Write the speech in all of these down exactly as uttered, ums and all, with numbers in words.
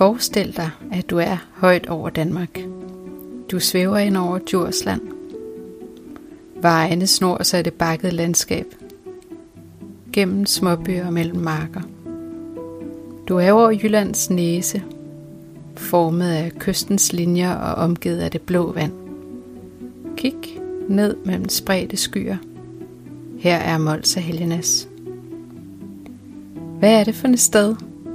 Forestil dig, at du er højt over Danmark. Du svæver ind over Djursland. Vejene snor sig i det bakkede landskab. Gennem småbyer og mellem marker. Du er over Jyllands næse, formet af kystens linjer og omgivet af det blå vand. Kig ned mellem spredte skyer. Her er Mols og Helgenæs. Hvad er det for et sted?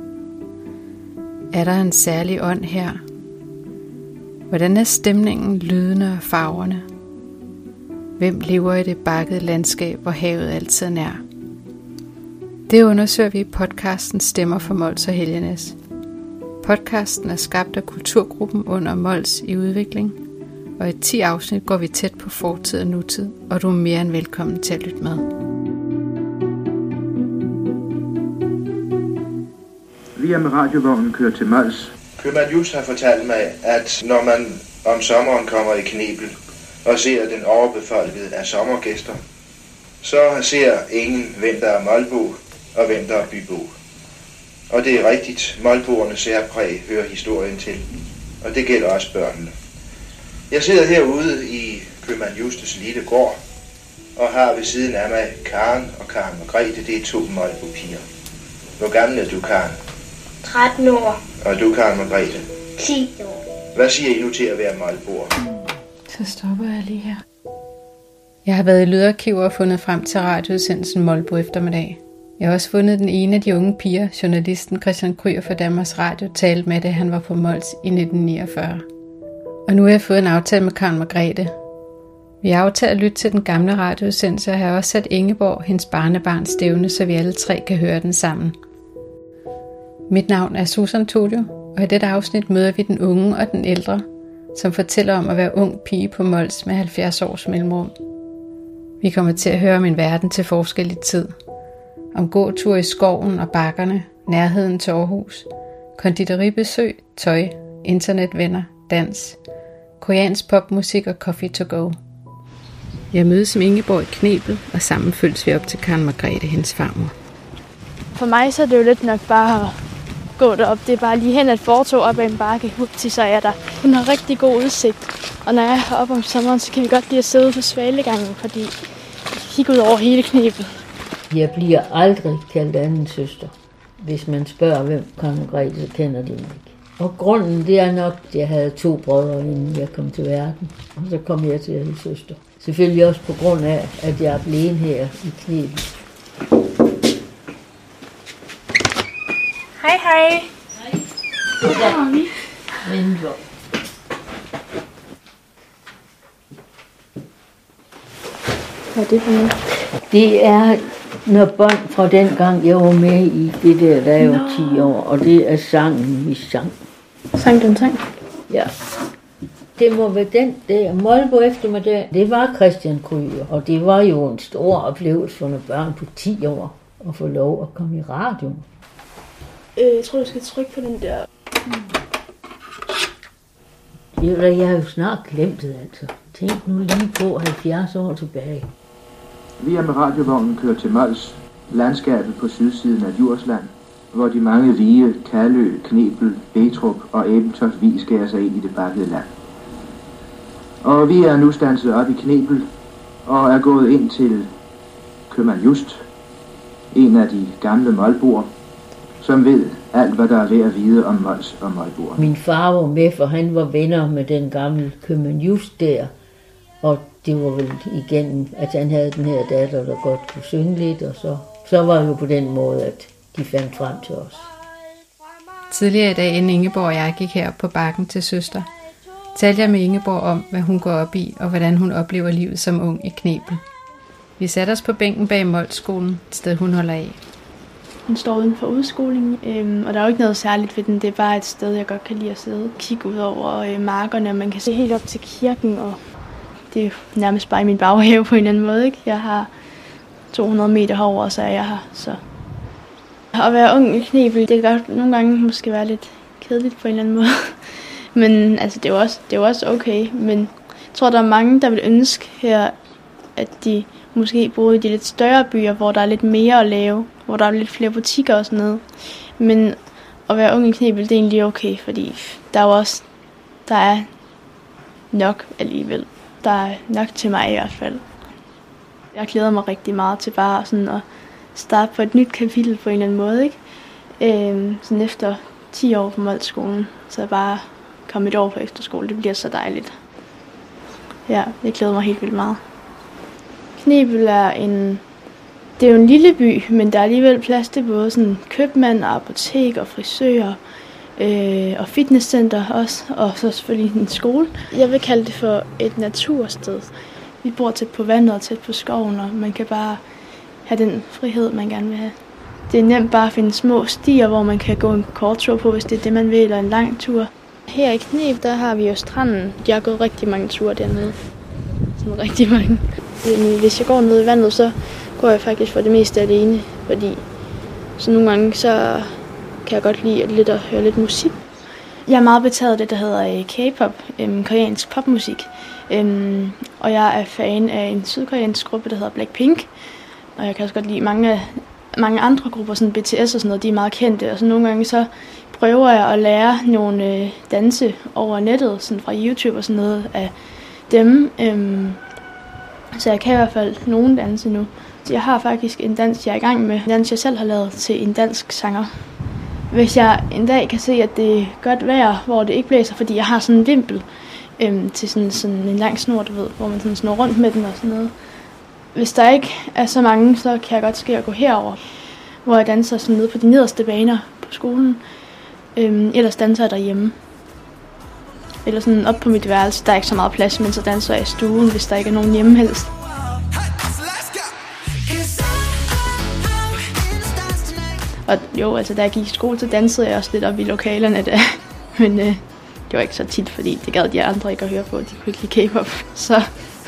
Er der en særlig ånd her? Hvordan er stemningen, lydene og farverne? Hvem lever i det bakkede landskab, hvor havet altid er nær? Det undersøger vi i podcasten Stemmer for Mols og Helgenæs. Podcasten er skabt af kulturgruppen under Mols i udvikling, og i ti afsnit går vi tæt på fortid og nutid, og du er mere end velkommen til at lytte med. Vi er med radiovognen kørt til Mols. Købmand Just har fortalt mig, at når man om sommeren kommer i Knebel og ser den overbefolkede af sommergæster, så ser ingen, hvem der er Molbo og hvem der er bybo. Og det er rigtigt, Molboernes særpræg hører historien til, og det gælder også børnene. Jeg sidder herude i Købmand Justes lille gård, og har ved siden af mig Karen og Karen Margrethe, det er to Molbo-piger. Hvor gammel er du, Karen? tretten år. Og du, Karen Margrethe? ti år. Hvad siger I nu til at være Molboer? Så stopper jeg lige her. Jeg har været i lydarkiver og fundet frem til radioudsendelsen Molbo eftermiddag. Jeg har også fundet den ene af de unge piger, journalisten Christian Kryer fra Danmarks Radio, talte med, da han var på Mols i nitten niogfyrre. Og nu har jeg fået en aftale med Karen Margrethe. Vi har aftalt at lytte til den gamle radioudsendelse, og har også sat Ingeborg, hendes barnebarn, stævne, så vi alle tre kan høre den sammen. Mit navn er Susan Todio, og i dette afsnit møder vi den unge og den ældre, som fortæller om at være ung pige på Mols med halvfjerds års mellemrum. Vi kommer til at høre om en verden til forskellig tid. Om gåtur i skoven og bakkerne, nærheden til Aarhus, konditoribesøg, tøj, internetvenner, dans, koreansk popmusik og coffee to go. Jeg mødes med Ingeborg i Knebel, og sammen følges vi op til Karen Margrethe, hendes farmor. For mig så er det jo lidt nok bare at gå derop. Det er bare lige hen et fortog op ad en bakke. Til så er jeg der. Hun har rigtig god udsigt. Og når jeg er heroppe om sommeren, så kan vi godt lide at sidde på svalegangen, fordi vi kigger ud over hele Knebel. Jeg bliver aldrig kaldt anden søster. Hvis man spørger, hvem Karen Margrethe, så kender de mig ikke. Og grunden, det er nok, at jeg havde to brødre, inden jeg kom til verden. Og så kom jeg til at hedde søster. Selvfølgelig også på grund af, at jeg er blevet her i Knebel. Hej, hej. Hej. Goddag. Mindre. Hvad er det for noget? Det er noget bånd fra den gang, jeg var med i det der, da jeg var ti år. Og det er sangen, vi sang. Sang du en sang? Ja. Det må være den der Molbo eftermiddag. Det var Christian Kryer, og det var jo en stor oplevelse for nogle børn på ti år at få lov at komme i radioen. Jeg tror, du skal trykke på den der. Jeg, jeg har jo snart glemt det, altså. Tænk nu lige på halvfjerds år tilbage. Vi er med radiovognen kørt til Mols, landskabet på sydsiden af Djursland, hvor de mange vige, Kalø, Knebel, Betrup og Ebeltoft Vig skærer sig ind i det bakkede land. Og vi er nu standset op i Knebel og er gået ind til Købmand Just, en af de gamle molboer, som ved alt, hvad der er ved at vide om Mols og Molboer. Min far var med, for han var venner med den gamle Købmand Just der. Og det var vel igen, at han havde den her datter, der godt kunne synge lidt. Og så, så var det jo på den måde, at de fandt frem til os. Tidligere i dag, inden Ingeborg og jeg gik herop på bakken til søster, talte jeg med Ingeborg om, hvad hun går op i, og hvordan hun oplever livet som ung i Knebel. Vi satte os på bænken bag Molsskolen, et sted hun holder af. Den står uden for udskolingen, øhm, og der er jo ikke noget særligt ved den. Det er bare et sted, jeg godt kan lide at sidde og kigge ud over øh, markerne. Man kan se helt op til kirken, og det er nærmest bare i min baghave på en eller anden måde. Ikke? Jeg har to hundrede meter herover, og så er jeg her. Så. At være ung i Knebel, det kan godt nogle gange måske være lidt kedeligt på en eller anden måde. Men altså, det er jo også, det er jo også okay. Men jeg tror, der er mange, der vil ønske her, at de måske boede i de lidt større byer, hvor der er lidt mere at lave, hvor der er lidt flere butikker og sådan noget. Men At være ung i Knebel, det er egentlig okay, fordi der er jo også, der er nok alligevel. Der er nok til mig i hvert fald. Jeg glæder mig rigtig meget til bare sådan at starte på et nyt kapitel på en eller anden måde, ikke? Øhm, sådan efter ti år på Molskolen, så bare komme et år på efterskole, det bliver så dejligt. Ja, jeg glæder mig helt vildt meget. Knebel er en, det er jo en lille by, men der er alligevel plads til både sådan købmand og apotek og frisører øh, og fitnesscenter også, og så selvfølgelig en skole. Jeg vil kalde det for et natursted. Vi bor tæt på vandet og tæt på skoven, og man kan bare have den frihed, man gerne vil have. Det er nemt bare at finde små stier, hvor man kan gå en kort tur på, hvis det er det, man vil, eller en lang tur. Her i Kneb, der har vi jo stranden. Jeg har gået rigtig mange ture dernede. Sådan rigtig mange. Hvis jeg går ned i vandet, så går jeg faktisk for det meste alene, fordi så nogle gange så kan jeg godt lide at, lidt at høre lidt musik. Jeg er meget betaget af det, der hedder K-pop, øhm, koreansk popmusik. Øhm, og jeg er fan af en sydkoreansk gruppe, der hedder Blackpink. Og jeg kan også godt lide mange, mange andre grupper, sådan B T S og sådan noget, de er meget kendte. Og så nogle gange så prøver jeg at lære nogle øh, danse over nettet, sådan fra YouTube og sådan noget af dem. Øhm, så jeg kan i hvert fald nogle danse nu. Jeg har faktisk en dans, jeg er i gang med. En dans, jeg selv har lavet til en dansk sanger. Hvis jeg en dag kan se, at det er godt vejr, hvor det ikke blæser, fordi jeg har sådan en vimpel øhm, til sådan, sådan en lang snor, du ved, hvor man sådan snor rundt med den og sådan noget. Hvis der ikke er så mange, så kan jeg godt ske at gå herover, hvor jeg danser sådan nede på de nederste baner på skolen. Øhm, ellers danser jeg derhjemme. Eller sådan op på mit værelse, der er ikke så meget plads, men så danser jeg i stuen, hvis der ikke er nogen hjemme helst. Og jo, altså da jeg gik i skole, så dansede jeg også lidt op i lokalerne der. Men øh, det var ikke så tit, fordi det gad de andre ikke at høre på. De kunne ikke lide K-pop. Så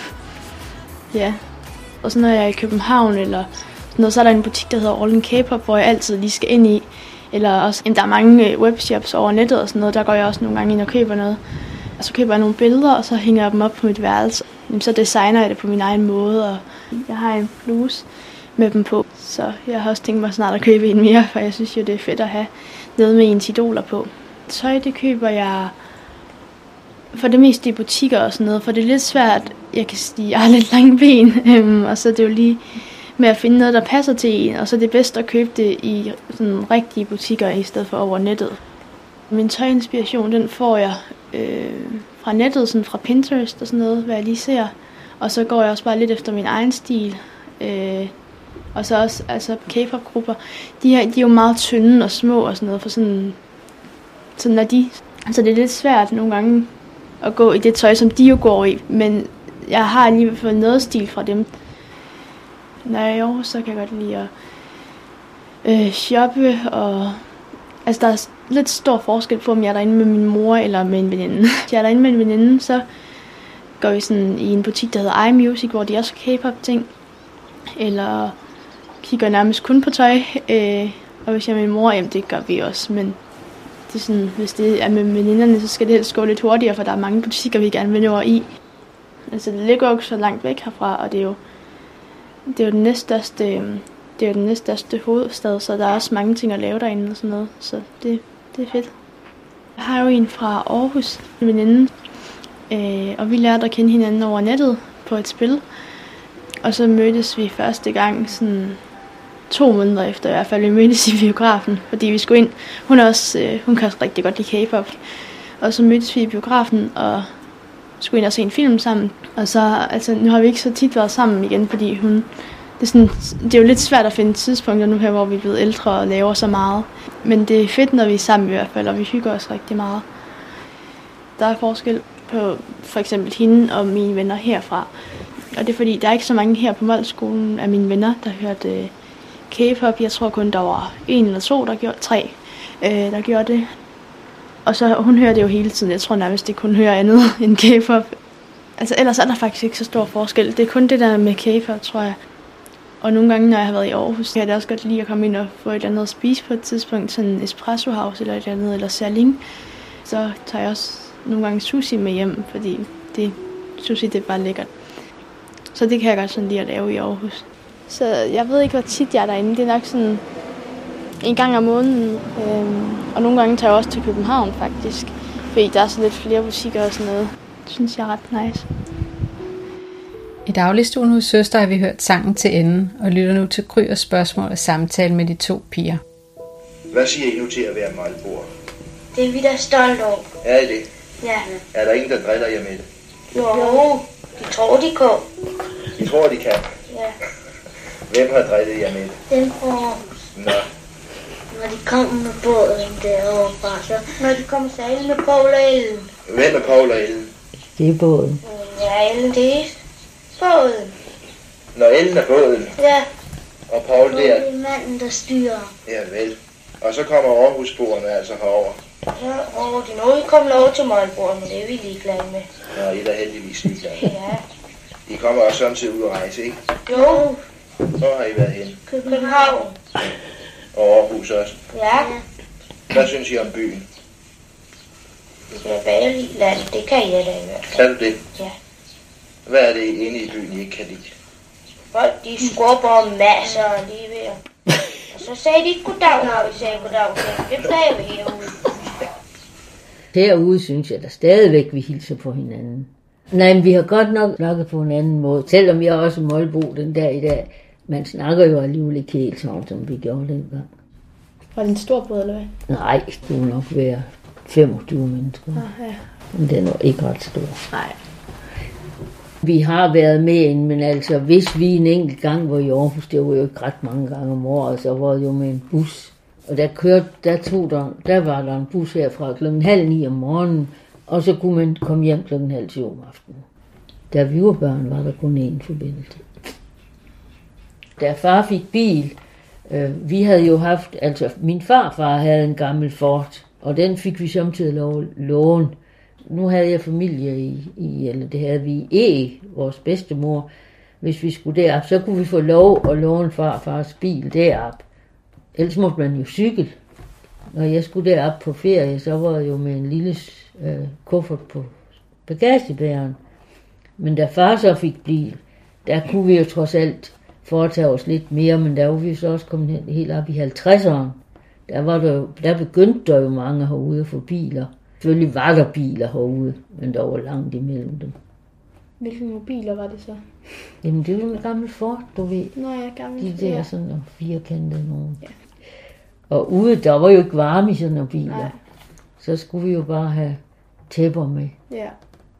ja. Og så når jeg er i København, eller sådan noget, så er der en butik, der hedder All In K-pop, hvor jeg altid lige skal ind i. Eller også, der er mange webshops over nettet og sådan noget. Der går jeg også nogle gange ind og køber noget. Og så køber jeg nogle billeder, og så hænger jeg dem op på mit værelse. Så designer jeg det på min egen måde, og jeg har en bluse med dem på. Så jeg har også tænkt mig snart at købe en mere, for jeg synes jo, det er fedt at have noget med ens idoler på. Tøj, det køber jeg for det meste i butikker og sådan noget, for det er lidt svært. Jeg kan sige, jeg har lidt lange ben, øhm, og så er det jo lige med at finde noget, der passer til en, og så er det bedst at købe det i sådan rigtige butikker, i stedet for over nettet. Min tøjinspiration, den får jeg øh, fra nettet, sådan fra Pinterest og sådan noget, hvad jeg lige ser. Og så går jeg også bare lidt efter min egen stil. Øh, og så også altså K-pop-grupper, de, her, de er jo meget tynde og små og sådan noget, for sådan, sådan når de, så det er lidt svært nogle gange at gå i det tøj, som de jo går i, men jeg har alligevel fået noget stil fra dem. Når jeg er i Aarhus, så kan jeg godt lide at øh, shoppe, og altså der er lidt stor forskel på, om jeg er derinde med min mor eller med en veninde. Hvis jeg er derinde med en veninde, så går vi sådan i en butik, der hedder iMusic, hvor de også har K-pop-ting, eller kigger nærmest kun på tøj, øh, og hvis jeg er med min mor, jamen det gør vi også, men det er sådan, hvis det er med veninderne, så skal det helst gå lidt hurtigere, for der er mange butikker, vi gerne vil nå i. Altså det ligger jo ikke så langt væk herfra, og det er jo det er jo den næststørste, det er jo den næststørste hovedstad, så der er også mange ting at lave derinde og sådan noget, så det, det er fedt. Jeg har jo en fra Aarhus, en veninde, øh, og vi lærte at kende hinanden over nettet på et spil, og så mødtes vi første gang sådan to måneder efter i hvert fald, vi mødtes i biografen, fordi vi skulle ind. Hun, er også, øh, hun kan også rigtig godt lide K-pop, og så mødtes vi i biografen og skulle ind og se en film sammen. Og så, altså, nu har vi ikke så tit været sammen igen, fordi hun, det er, sådan, det er jo lidt svært at finde tidspunkter nu her, hvor vi er blevet ældre og laver så meget. Men det er fedt, når vi er sammen i hvert fald, og vi hygger os rigtig meget. Der er forskel på for eksempel hende og mine venner herfra. Og det er fordi, der er ikke så mange her på Molskolen af mine venner, der hørte øh, K-pop. Jeg tror kun, der var en eller to, der gjorde tre, øh, der gjorde det. Og så hun hører det jo hele tiden. Jeg tror nærmest, det kun hører andet end K-pop. Altså ellers er der faktisk ikke så stor forskel. Det er kun det der med K-pop, tror jeg. Og nogle gange, når jeg har været i Aarhus, kan jeg da også godt lide at komme ind og få et eller andet at spise på et tidspunkt. Sådan en espresso house eller et eller andet, eller Serling. Så tager jeg også nogle gange sushi med hjem, fordi det, sushi det er bare lækkert. Så det kan jeg godt sådan lide at lave i Aarhus. Så jeg ved ikke, hvor tit jeg er derinde. Det er nok sådan en gang om måneden. Øhm, og nogle gange tager jeg også til København faktisk, fordi der er så lidt flere butikker og sådan noget. Det synes jeg er ret nice. I dagligstuen hos søster har vi hørt sangen til enden, og lytter nu til Kry og spørgsmål og samtale med de to piger. Hvad siger I nu til at være målboer? Det er vi da stolt over. Er I det? Ja. Er der ingen, der driller jer med det? Jo, de tror, de kan. I tror, de kan? Ja. Hvem har drillet jer med det? Den får, Nå, når de kommer med båden derovre fra, så når de kommer sejle med Poul og Ellen. hvem er Poul og Ellen? Det er båden. Ja, Ellen, det er båden. Når Ellen er båden, Ja, og Poul det der, er manden, der styrer. ja vel. Og så kommer Aarhusboerne altså herover. Så over de nu, I kommer lov til målbord, men det er vi ligeglade med. Nå, I er da heldigvis ligeglade. Ja. I kommer også samtidig ud at rejse, ikke? Jo, Hvor har I været hen? København. Og Aarhus også. Ja. Hvad synes I om byen? Det er dejligt land, det kan jeg da i hvert fald. Kan du det? Ja. Hvad er det inde i byen, I ikke kan lide? Folk, de skubber og masser og lige ved. Og så sagde de goddag, når vi sagde goddag. Det plejer vi herude. Derude synes jeg da stadigvæk, vi hilser på hinanden. Nej, men vi har godt nok snakket på en anden måde. Selvom jeg også er målbo den dag i dag. Man snakker jo alligevel ikke helt sådan, som vi gjorde dengang. Var det en stor båd, eller hvad? Nej, det må nok være femogtyve mennesker. Ah, ja. Men den er ikke ret stor. Nej. Vi har været med ind, men altså, hvis vi en enkelt gang var i Aarhus, det var jo ikke ret mange gange om året, så var det jo med en bus. Og der kørte, der tog der, der var der en bus herfra klokken halv ni om morgenen, og så kunne man komme hjem klokken halv syv om aftenen. Da vi var børn, var der kun én forbindelse. Da far fik bil, øh, vi havde jo haft, altså min farfar havde en gammel Ford, og den fik vi samtidig lov at låne. Nu havde jeg familie i, i, eller det havde vi i E, vores bedstemor. Hvis vi skulle derop, så kunne vi få lov at låne farfars bil derop. Ellers måtte man jo cykle. Når jeg skulle derop på ferie, så var jeg jo med en lille øh, kuffert på bagagebæreren. Men da far så fik bil, der kunne vi jo trods alt foretage os lidt mere, men der var vi så også kommet helt op i halvtredserne. Der, var der, der begyndte der jo mange herude at få biler. Selvfølgelig var der biler herude, men der var langt imellem dem. Hvilke mobiler var det så? Jamen det er jo en gammel Ford, du ved. Nå ja, gammel. De der ja. sådan og firkantede nogen. Ja. Og ude, der var jo ikke varme i sådan nogle biler. Nej. Så skulle vi jo bare have tæpper med. Ja.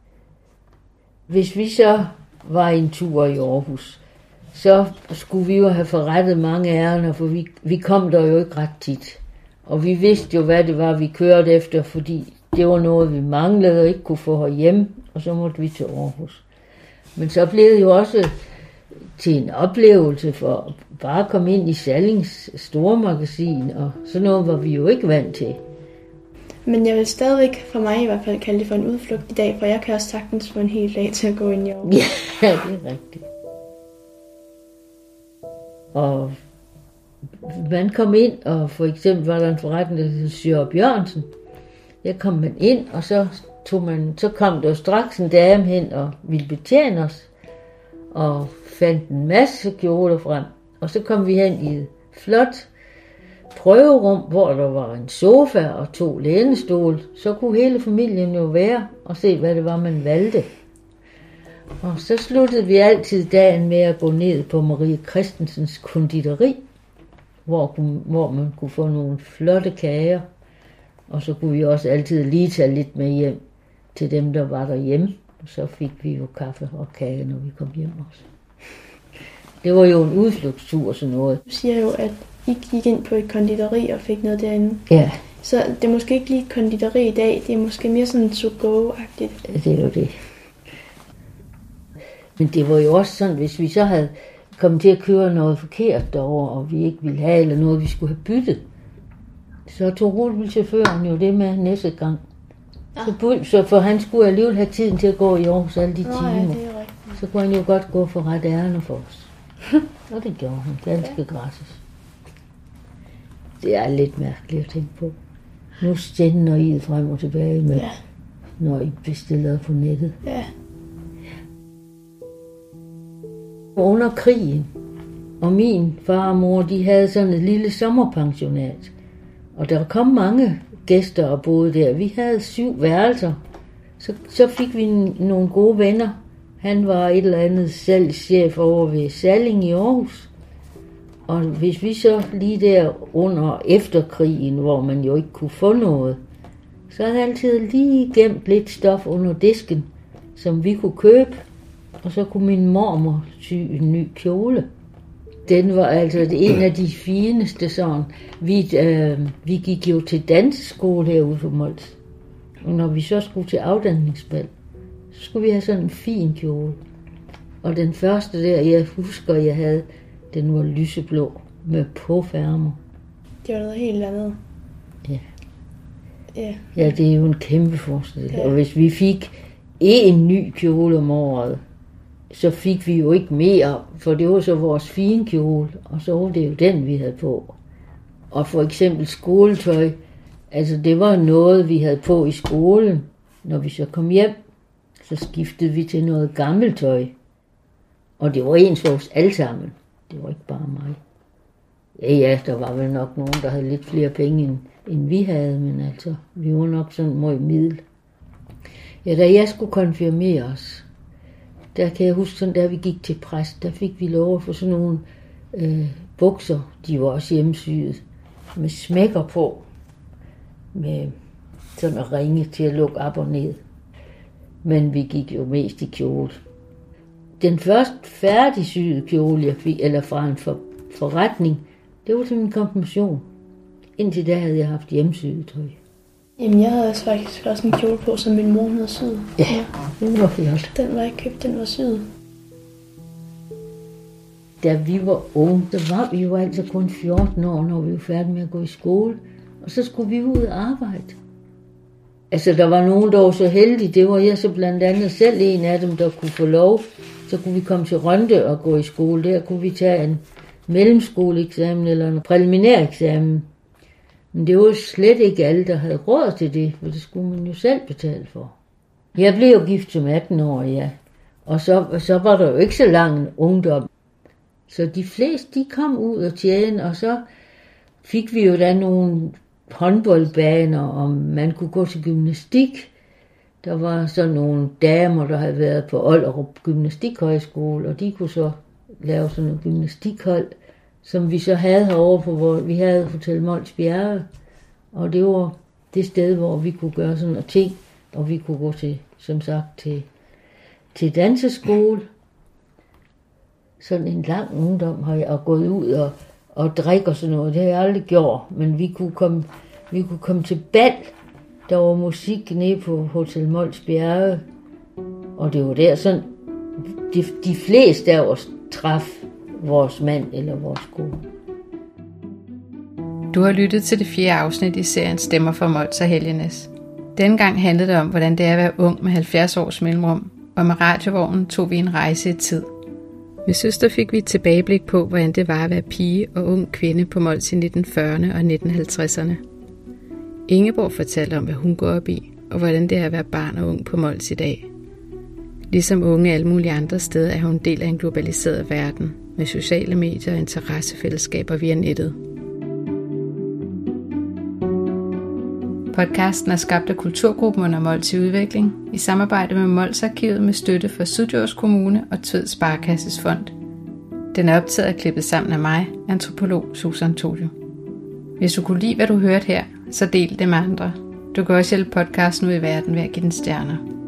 Hvis vi så var en tur i Aarhus, så skulle vi jo have forrettet mange ærender, for vi, vi kom der jo ikke ret tit. Og vi vidste jo, hvad det var, vi kørte efter, fordi det var noget, vi manglede og ikke kunne få herhjemme, og så måtte vi til Aarhus. Men så blev det jo også til en oplevelse for bare at komme ind i Sallings store magasin, og sådan noget var vi jo ikke vant til. Men jeg vil stadigvæk, for mig i hvert fald, kalde det for en udflugt i dag, for jeg kan også sagtens få en hel dag til at gå ind i Aarhus. Ja, det er rigtigt. Og man kom ind, og for eksempel var der en forretning, der hed Sjøer Bjørnsen. Der kom man ind, og så, tog man, så kom der straks en dame hen og ville betjene os, og fandt en masse kjoler frem. Og så kom vi hen i et flot prøverum, hvor der var en sofa og to lænestol. Så kunne hele familien jo være og se, hvad det var, man valgte. Og så sluttede vi altid dagen med at gå ned på Marie Christensens konditori, hvor, hvor man kunne få nogle flotte kager. Og så kunne vi også altid lige tage lidt med hjem til dem, der var derhjemme. Og så fik vi jo kaffe og kage, når vi kom hjem også. Det var jo en udflugtstur og sådan noget. Du siger jo, at I gik ind på et konditori og fik noget derinde. Ja. Så det er måske ikke lige et konditori i dag, det er måske mere sådan to-go-agtigt. Ja, det er jo det. Men det var jo også sådan, hvis vi så havde kommet til at køre noget forkert derovre, og vi ikke ville have, eller noget, vi skulle have byttet, så tog rutebilchaufføren jo det med næste gang. Så, så for han skulle alligevel have tiden til at gå i Aarhus alle de timer. Nå, ja, det er rigtigt. Så kunne han jo godt gå for ret ærende for os. Og det gjorde han ganske gratis. Det er lidt mærkeligt at tænke på. Nu stænder I frem og tilbage med, ja. Når I bestiller på nettet. Ja. Under krigen, Og min far og mor, de havde sådan et lille sommerpensionat. Og der kom mange gæster og boede der. Vi havde syv værelser. Så, så fik vi nogle gode venner. Han var et eller andet salgschef over ved Salling i Aarhus. Og hvis vi så lige der under efterkrigen, hvor man jo ikke kunne få noget, så havde han altid lige gemt lidt stof under disken, som vi kunne købe. Og så kunne min mormor sy en ny kjole. Den var altså en af de fineste sådan. Vi, øh, vi gik jo til danseskole herude på Mols. Og når vi så skulle til afdannelsesbal, så skulle vi have sådan en fin kjole. Og den første der, jeg husker, jeg havde, den var lyseblå med påfærmer. Det var noget helt andet. Ja. Ja. Ja, det er jo en kæmpe forskel. Ja. Og hvis vi fik en ny kjole om året, så fik vi jo ikke mere, for det var så vores fine kjole, og så var det jo den, vi havde på. Og for eksempel skoletøj, altså det var noget, vi havde på i skolen. Når vi så kom hjem, så skiftede vi til noget gammelt tøj. Og det var ens for os alle sammen. Det var ikke bare mig. Ja, ja, der var vel nok nogen, der havde lidt flere penge, end, end vi havde, men altså, vi var nok sådan meget middel. Ja, da jeg skulle konfirmeres, der kan jeg huske sådan, da vi gik til præst, der fik vi lov at få sådan nogle øh, bukser, de var også hjemmesyet, med smækker på, med sådan at ringe til at lukke op og ned. Men vi gik jo mest i kjole. Den første færdigsyede kjole, jeg fik, eller fra en for, forretning, det var til min konfirmation. Indtil da havde jeg haft hjemmesyet tøj. Jamen, jeg havde faktisk også en kjole på, som min mor havde syet. Ja, det var flot. Den var ikke købt, den var syet. Da vi var unge, så var vi jo altså kun fjorten år, når vi var færdige med at gå i skole. Og så skulle vi ud og arbejde. Altså, der var nogen, der var så heldige. Det var jeg så blandt andet selv en af dem, der kunne få lov. Så kunne vi komme til Rønde og gå i skole. Der kunne vi tage en mellemskoleeksamen eller en præliminær eksamen. Men det var slet ikke alle, der havde råd til det, for det skulle man jo selv betale for. Jeg blev jo gift som atten år, ja. Og så, så var der jo ikke så lang ungdom. Så de fleste, de kom ud og tjene, og så fik vi jo da nogle håndboldbaner, og man kunne gå til gymnastik. Der var så nogle damer, der havde været på Ollerup Gymnastikhøjskole, og de kunne så lave sådan noget gymnastikhold, som vi så havde herovre på, hvor vi havde Hotel Mols Bjerge. Og det var det sted, hvor vi kunne gøre sådan nogle ting, og vi kunne gå til, som sagt, til, til danseskole. Sådan en lang ungdom har jeg gået ud og, og drikke og sådan noget. Det har jeg aldrig gjort, men vi kunne komme, vi kunne komme til bal. Der var musik nede på Hotel Mols Bjerge, og det var der sådan, de, de fleste af os traf vores mand eller vores kone. Du har lyttet til det fjerde afsnit i serien Stemmer fra Mols og Helgenæs. Denne gang handlede det om, hvordan det er at være ung med halvfjerds års mellemrum, og med radiovognen tog vi en rejse i tid. Med søster fik vi et tilbageblik på, hvordan det var at være pige og ung kvinde på Mols i nitten fyrrerne og nitten halvtredserne. Ingeborg fortalte om, hvad hun går op i, og hvordan det er at være barn og ung på Mols i dag. Ligesom unge alle mulige andre steder er hun en del af en globaliseret verden, med sociale medier og interessefællesskaber via nettet. Podcasten er skabt af Kulturgruppen under Mols i udvikling, i samarbejde med Molsarkivet med støtte fra Syddjurs Kommune og Tved Sparekasses Fond. Den er optaget og klippet sammen af mig, antropolog Susan Tojo. Hvis du kunne lide, hvad du hørte her, så del det med andre. Du kan også hjælpe podcasten ud i verden ved at give den stjerner.